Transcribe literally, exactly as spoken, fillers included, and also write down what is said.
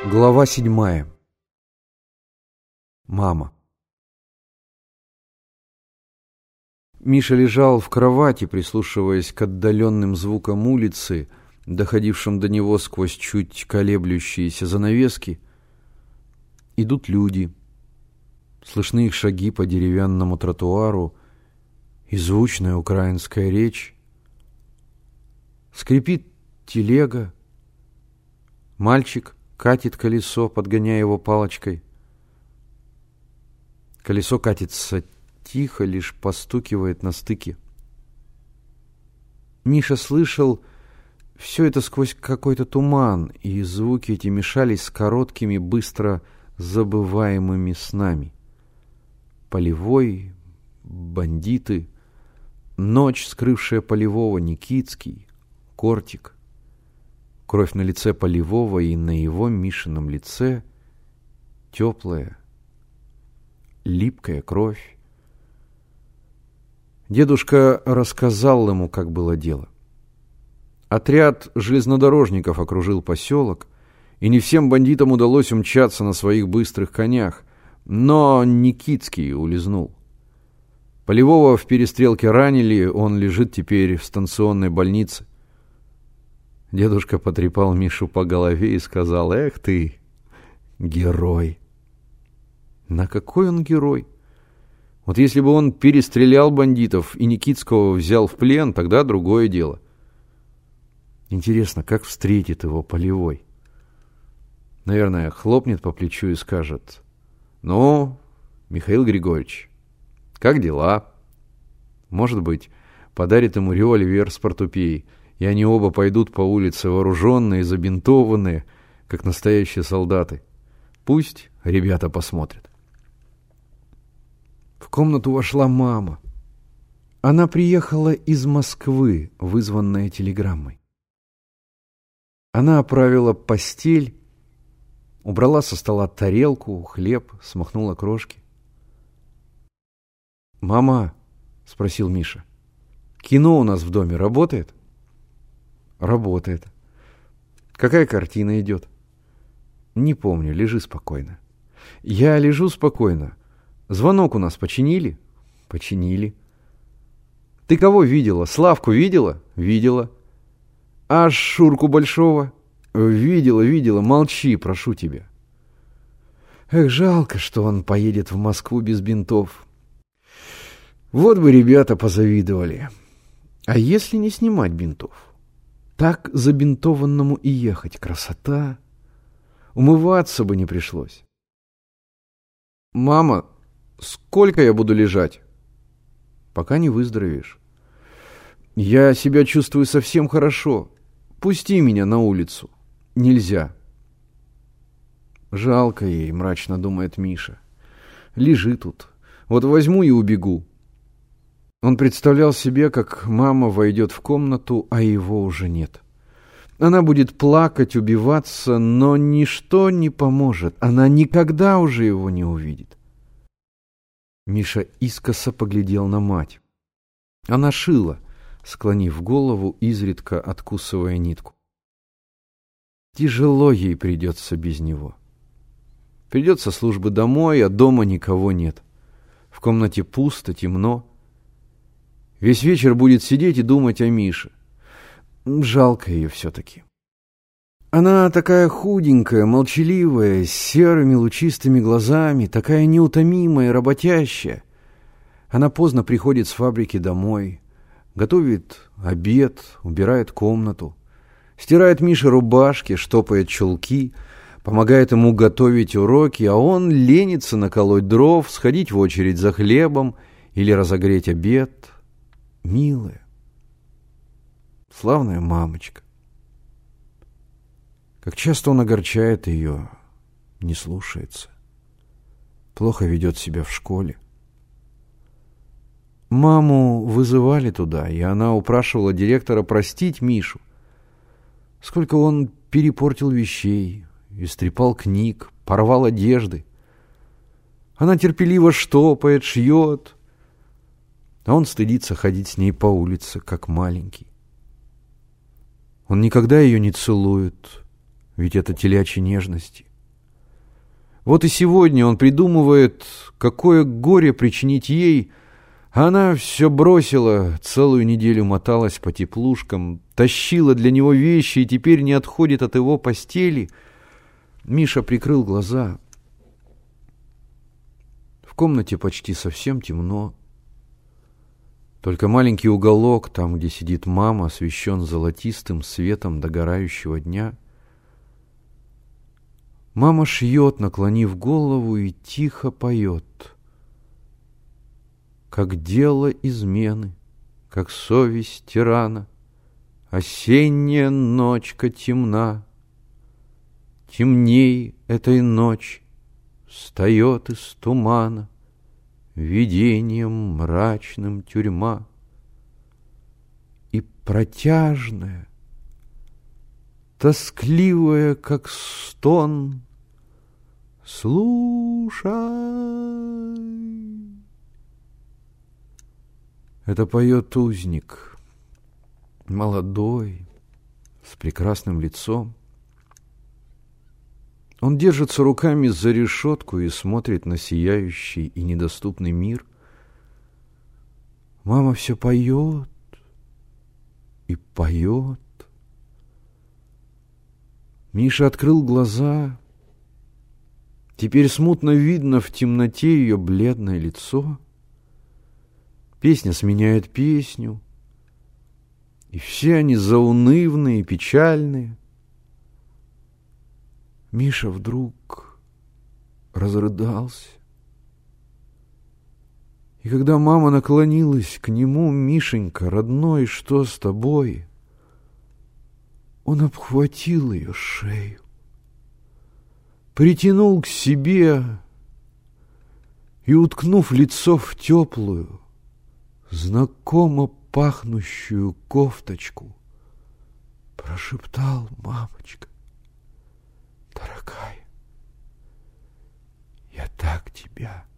Глава седьмая. Мама. Миша лежал в кровати, прислушиваясь к отдаленным звукам улицы, доходившим до него сквозь чуть колеблющиеся занавески. Идут люди. Слышны их шаги по деревянному тротуару и звучная украинская речь. Скрипит телега. Мальчик катит колесо, подгоняя его палочкой. Колесо катится тихо, лишь постукивает на стыке. Миша слышал все это сквозь какой-то туман, и звуки эти мешались с короткими, быстро забываемыми снами. Полевой, бандиты, ночь, скрывшая Полевого, Никитский, Кортик. Кровь на лице Полевого и на его Мишином лице теплая, липкая кровь. Дедушка рассказал ему, как было дело. Отряд железнодорожников окружил поселок, и не всем бандитам удалось умчаться на своих быстрых конях, но Никитский улизнул. Полевого в перестрелке ранили, он лежит теперь в станционной больнице. Дедушка потрепал Мишу по голове и сказал: «Эх ты, герой!» На какой он герой? Вот если бы он перестрелял бандитов и Никитского взял в плен, тогда другое дело. Интересно, как встретит его Полевой? Наверное, хлопнет по плечу и скажет: «Ну, Михаил Григорьевич, как дела?» Может быть, подарит ему револьвер с портупеей, и они оба пойдут по улице вооруженные, забинтованные, как настоящие солдаты. Пусть ребята посмотрят. В комнату вошла мама. Она приехала из Москвы, вызванная телеграммой. Она оправила постель, убрала со стола тарелку, хлеб, смахнула крошки. «Мама», — спросил Миша, — «кино у нас в доме работает?» «Работает». «Какая картина идет?» «Не помню, лежи спокойно». «Я лежу спокойно. Звонок у нас починили?» «Починили». «Ты кого видела? Славку видела?» «Видела». «А Шурку Большого?» «Видела, видела. Молчи, прошу тебя». «Эх, жалко, что он поедет в Москву без бинтов. Вот бы ребята позавидовали. А если не снимать бинтов? Так забинтованному и ехать. Красота. Умываться бы не пришлось». «Мама, сколько я буду лежать?» «Пока не выздоровеешь». «Я себя чувствую совсем хорошо. Пусти меня на улицу». «Нельзя». «Жалко ей», — мрачно думает Миша. «Лежи тут. Вот возьму и убегу». Он представлял себе, как мама войдет в комнату, а его уже нет. Она будет плакать, убиваться, но ничто не поможет. Она никогда уже его не увидит. Миша искоса поглядел на мать. Она шила, склонив голову, изредка откусывая нитку. Тяжело ей придется без него. Придет со службы домой, а дома никого нет. В комнате пусто, темно. Весь вечер будет сидеть и думать о Мише. Жалко ее все-таки. Она такая худенькая, молчаливая, с серыми лучистыми глазами, такая неутомимая, работящая. Она поздно приходит с фабрики домой, готовит обед, убирает комнату, стирает Мише рубашки, штопает чулки, помогает ему готовить уроки, а он ленится наколоть дров, сходить в очередь за хлебом или разогреть обед. Милая, славная мамочка. Как часто он огорчает ее, не слушается, плохо ведет себя в школе. Маму вызывали туда, и она упрашивала директора простить Мишу. Сколько он перепортил вещей, истрепал книг, порвал одежды. Она терпеливо штопает, шьет, а он стыдится ходить с ней по улице, как маленький. Он никогда ее не целует, ведь это телячьи нежности. Вот и сегодня он придумывает, какое горе причинить ей, а она все бросила, целую неделю моталась по теплушкам, тащила для него вещи и теперь не отходит от его постели. Миша прикрыл глаза. В комнате почти совсем темно. Только маленький уголок, там, где сидит мама, освещен золотистым светом догорающего дня. Мама шьет, наклонив голову, и тихо поет. Как дело измены, как совесть тирана, осенняя ночка темна. Темней этой ночи встает из тумана видением мрачным тюрьма. И протяжная, тоскливая, как стон, слушай. Это поет узник, молодой, с прекрасным лицом. Он держится руками за решетку и смотрит на сияющий и недоступный мир. Мама все поет и поет. Миша открыл глаза. Теперь смутно видно в темноте ее бледное лицо. Песня сменяет песню, и все они заунывные и печальные. Миша вдруг разрыдался. И когда мама наклонилась к нему: «Мишенька, родной, что с тобой?», он обхватил ее шею, притянул к себе и, уткнув лицо в теплую, знакомо пахнущую кофточку, прошептал: «Мамочка, дорогая, я так тебя